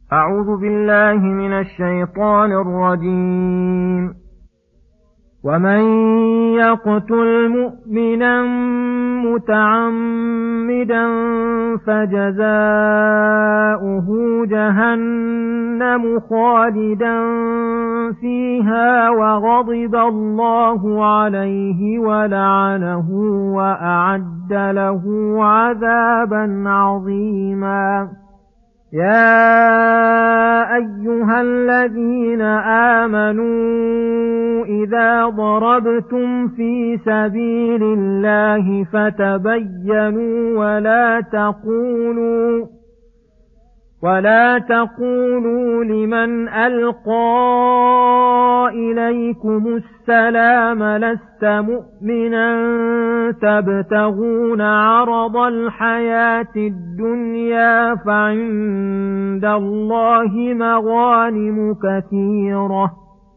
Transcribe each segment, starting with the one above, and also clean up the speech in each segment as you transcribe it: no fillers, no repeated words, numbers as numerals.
أعوذ بالله من الشيطان الرجيم. ومن يقتل مؤمنا متعمدا فجزاؤه جهنم خالدا فيها وغضب الله عليه ولعنه وأعد له عذابا عظيما. يا أيها الذين آمنوا إذا ضربتم في سبيل الله فتبينوا ولا تقولوا لمن ألقى إليكم السلام لست مؤمنا تبتغون عرض الحياة الدنيا فعند الله مغانم كثيرة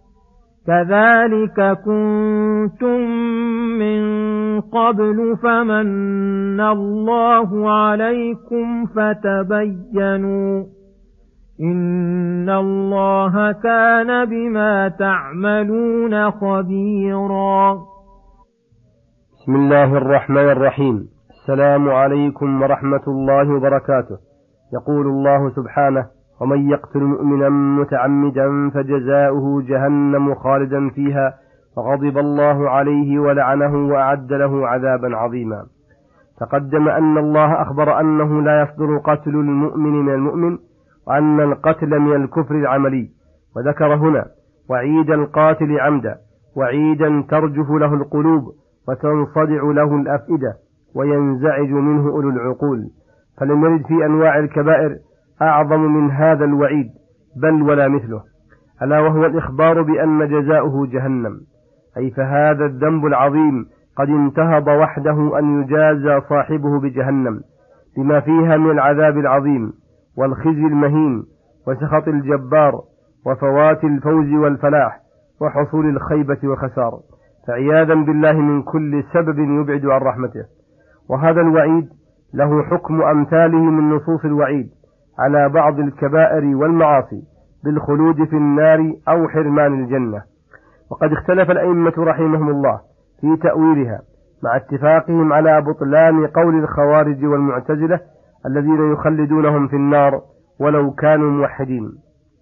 كذلك كنتم من قبل فمن الله عليكم فتبينوا إن الله كان بما تعملون خبيرا. بسم الله الرحمن الرحيم. السلام عليكم ورحمة الله وبركاته. يقول الله سبحانه: ومن يقتل مؤمنا متعمدا فجزاؤه جهنم خالدا فيها وغضب الله عليه ولعنه وأعد له عذابا عظيما. تقدم أن الله أخبر أنه لا يصدر قتل المؤمن من المؤمن، وأن القتل من الكفر العملي، وذكر هنا وعيد القاتل عمدا، وعيدا ترجف له القلوب وتنصدع له الأفئدة وينزعج منه أولو العقول، فلم يرد في أنواع الكبائر أعظم من هذا الوعيد بل ولا مثله، ألا وهو الإخبار بأن جزاؤه جهنم، أي فهذا الذنب العظيم قد انتهض وحده أن يجازى صاحبه بجهنم بما فيها من العذاب العظيم والخزي المهين وسخط الجبار وفوات الفوز والفلاح وحصول الخيبة والخسار، فعياذا بالله من كل سبب يبعد عن رحمته. وهذا الوعيد له حكم أمثاله من نصوص الوعيد على بعض الكبائر والمعاصي بالخلود في النار أو حرمان الجنة. وقد اختلف الأئمة رحمهم الله في تأويلها، مع اتفاقهم على بطلان قول الخوارج والمعتزلة الذين يخلدونهم في النار ولو كانوا موحدين.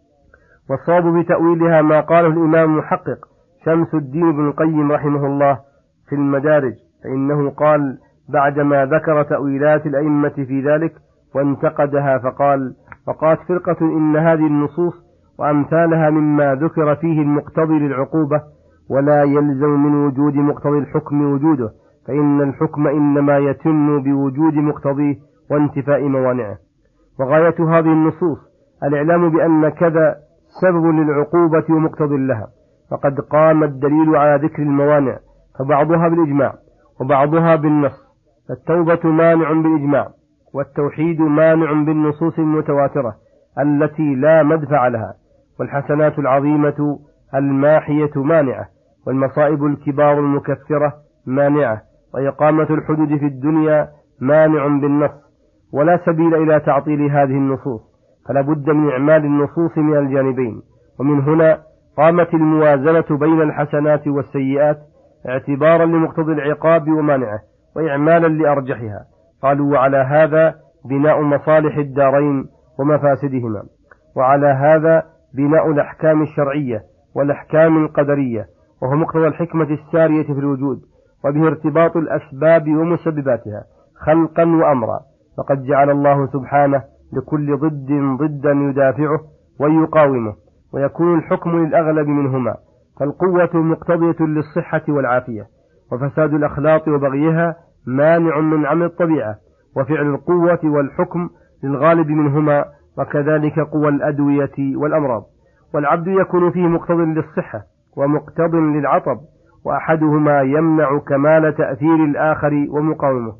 والصواب بتأويلها ما قاله الإمام المحقق شمس الدين بن القيم رحمه الله في المدارج، فإنه قال بعدما ذكر تأويلات الأئمة في ذلك وانتقدها فقال: وقالت فرقة إن هذه النصوص وأمثالها مما ذكر فيه المقتضي للعقوبة، ولا يلزم من وجود مقتضي الحكم وجوده، فإن الحكم إنما يتم بوجود مقتضيه وانتفاء موانعه. وغاية هذه النصوص الإعلام بأن كذا سبب للعقوبة ومقتضي لها، وقد قام الدليل على ذكر الموانع، فبعضها بالإجماع وبعضها بالنص. التوبة مانع بالإجماع، والتوحيد مانع بالنصوص المتواترة التي لا مدفع لها، والحسنات العظيمة الماحية مانعة، والمصائب الكبار المكفرة مانعة، وإقامة الحدود في الدنيا مانع بالنص، ولا سبيل إلى تعطيل هذه النصوص، فلا بد من إعمال النصوص من الجانبين. ومن هنا قامت الموازنة بين الحسنات والسيئات اعتبارا لمقتضي العقاب ومانعه، وإعمالا لأرجحها. قالوا: وعلى هذا بناء مصالح الدارين ومفاسدهما، وعلى هذا بناء الأحكام الشرعية والأحكام القدرية، وهو مقتضى الحكمة السارية في الوجود، وبه ارتباط الأسباب ومسبباتها خلقا وأمرا. فقد جعل الله سبحانه لكل ضد ضدا يدافعه ويقاومه، ويكون الحكم للأغلب منهما، فالقوة مقتضية للصحة والعافية، وفساد الأخلاق وبغيها مانع من عمل الطبيعة، وفعل القوة والحكم للغالب منهما، وكذلك قوى الأدوية والأمراض. والعبد يكون فيه مقتض للصحة ومقتض للعطب، وأحدهما يمنع كمال تأثير الآخر ومقاومه،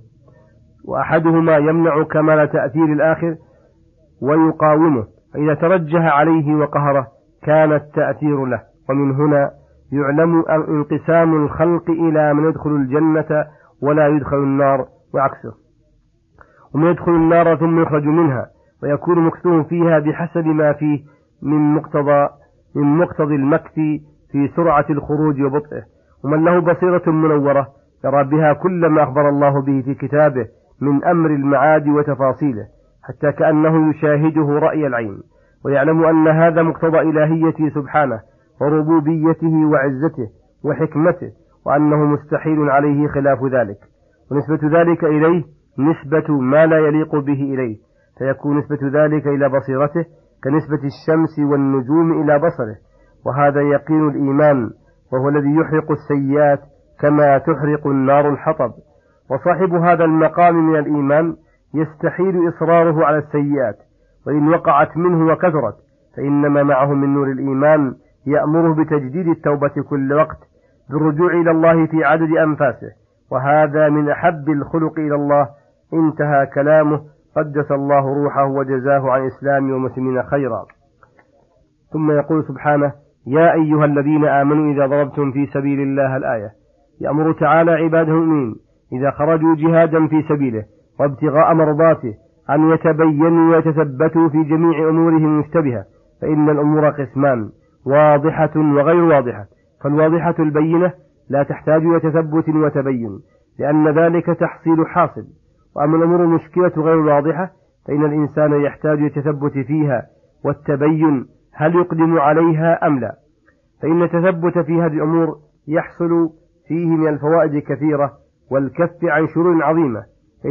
فإذا ترجح عليه وقهره كان التأثير له. ومن هنا يعلم انقسام الخلق إلى من يدخل الجنة ولا يدخل النار، وعكسه، ومن يدخل النار ثم يخرج منها ويكون مكثه فيها بحسب ما فيه من مقتضى المكث في سرعة الخروج وبطئه. ومن له بصيرة منورة يرى بها كل ما أخبر الله به في كتابه من أمر المعاد وتفاصيله، حتى كأنه يشاهده رأي العين، ويعلم أن هذا مقتضى إلهيته سبحانه وربوبيته وعزته وحكمته، وأنه مستحيل عليه خلاف ذلك. ونسبة ذلك إليه نسبة ما لا يليق به إليه، فيكون نسبة ذلك إلى بصيرته كنسبة الشمس والنجوم إلى بصره، وهذا يقين الإيمان، وهو الذي يحرق السيئات كما تحرق النار الحطب. وصاحب هذا المقام من الإيمان يستحيل إصراره على السيئات، وإن وقعت منه وكثرت فإنما معه من نور الإيمان يأمره بتجديد التوبة كل وقت بالرجوع إلى الله في عدد أنفاسه، وهذا من أحب الخلق إلى الله. انتهى كلامه، قدس الله روحه وجزاه عن الإسلام والمسلمين خيرا. ثم يقول سبحانه: يا أيها الذين آمنوا إذا ضربتم في سبيل الله. الآية. يأمر تعالى عباده المؤمنين إذا خرجوا جهادا في سبيله وابتغاء مرضاته أن يتبينوا ويتثبتوا في جميع أمورهم المشتبهة، فإن الأمور قسمان: واضحة وغير واضحة. فالواضحة البينة لا تحتاج إلى تثبت وتبين، لأن ذلك تحصيل حاصل. وأما الأمور المشكلة غير الواضحة فإن الإنسان يحتاج إلى التثبت فيها والتبين هل يقدم عليها أم لا. فإن التثبت في هذه الأمور يحصل فيه من الفوائد كثيرة والكف عن شرور عظيمة،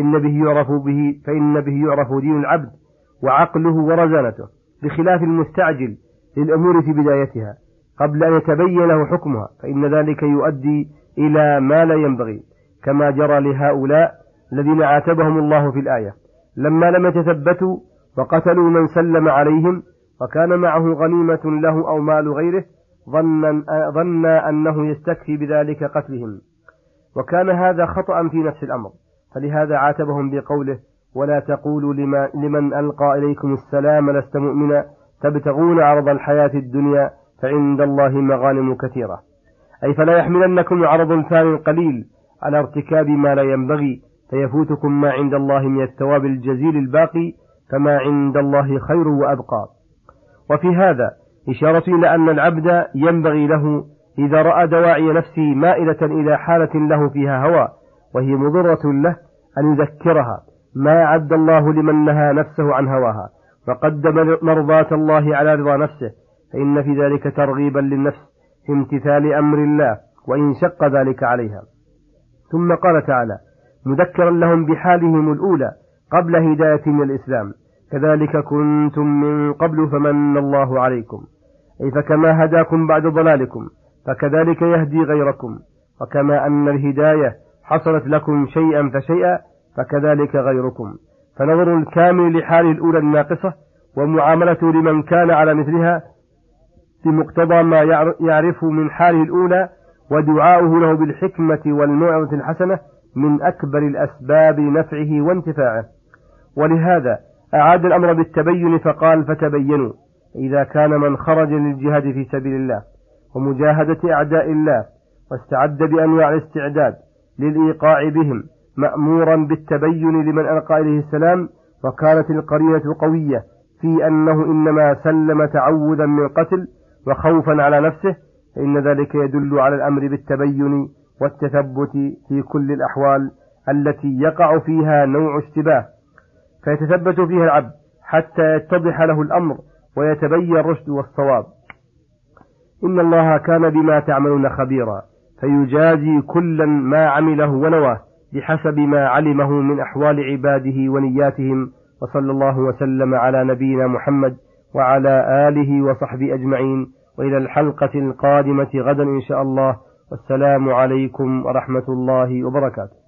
فإن به يعرف دين العبد وعقله ورزانته، بخلاف المستعجل للأمور في بدايتها قبل أن يتبين له حكمها، فإن ذلك يؤدي إلى ما لا ينبغي، كما جرى لهؤلاء الذين عاتبهم الله في الآية لما لم يتثبتوا وقتلوا من سلم عليهم وكان معه غنيمة له أو مال غيره، ظن أنه يستكفي بذلك قتلهم، وكان هذا خطأ في نفس الأمر، فلهذا عاتبهم بقوله: ولا تقولوا لمن ألقى إليكم السلام لست مؤمنا تبتغون عرض الحياة الدنيا فعند الله مغانم كثيرة. أي فلا يحملنكم عرض الفان قليل على ارتكاب ما لا ينبغي فيفوتكم ما عند الله من الثواب الجزيل الباقي، فما عند الله خير وأبقى. وفي هذا إشارة إلى أن العبد ينبغي له إذا رأى دواعي نفسه مائلة إلى حالة له فيها هوى وهي مضرة له أن يذكرها ما أعد الله لمن نهى نفسه عن هواها وقدم مرضاة الله على رضا نفسه، فإن في ذلك ترغيبا للنفس في امتثال أمر الله وإن شق ذلك عليها. ثم قال تعالى مذكرا لهم بحالهم الأولى قبل هدايتهم الإسلام: كذلك كنتم من قبل فمن الله عليكم. أي فكما هداكم بعد ضلالكم فكذلك يهدي غيركم، وكما أن الهداية حصلت لكم شيئا فشيئا فكذلك غيركم. فنظر الكامل لحال الأولى الناقصة ومعاملته لمن كان على مثلها بمقتضى ما يعرف من حاله الأولى ودعاؤه له بالحكمة والموعظة الحسنة من أكبر الأسباب لنفعه وانتفاعه. ولهذا أعاد الأمر بالتبين فقال: فتبينوا. إذا كان من خرج للجهاد في سبيل الله ومجاهدة أعداء الله واستعد بأنواع الاستعداد للإيقاع بهم مأمورا بالتبين لمن ألقى إليه السلام، وكانت القرينة قوية في أنه إنما سلم تعوذا من قتل وخوفا على نفسه، فإن ذلك يدل على الأمر بالتبين والتثبت في كل الأحوال التي يقع فيها نوع اشتباه، فيتثبت فيها العبد حتى يتضح له الأمر ويتبين الرشد والصواب. إن الله كان بما تعملون خبيرا، فيجازي كلا ما عمله ونواه بحسب ما علمه من أحوال عباده ونياتهم. وصلى الله وسلم على نبينا محمد وعلى آله وصحبه أجمعين، وإلى الحلقة القادمة غدا إن شاء الله، والسلام عليكم ورحمة الله وبركاته.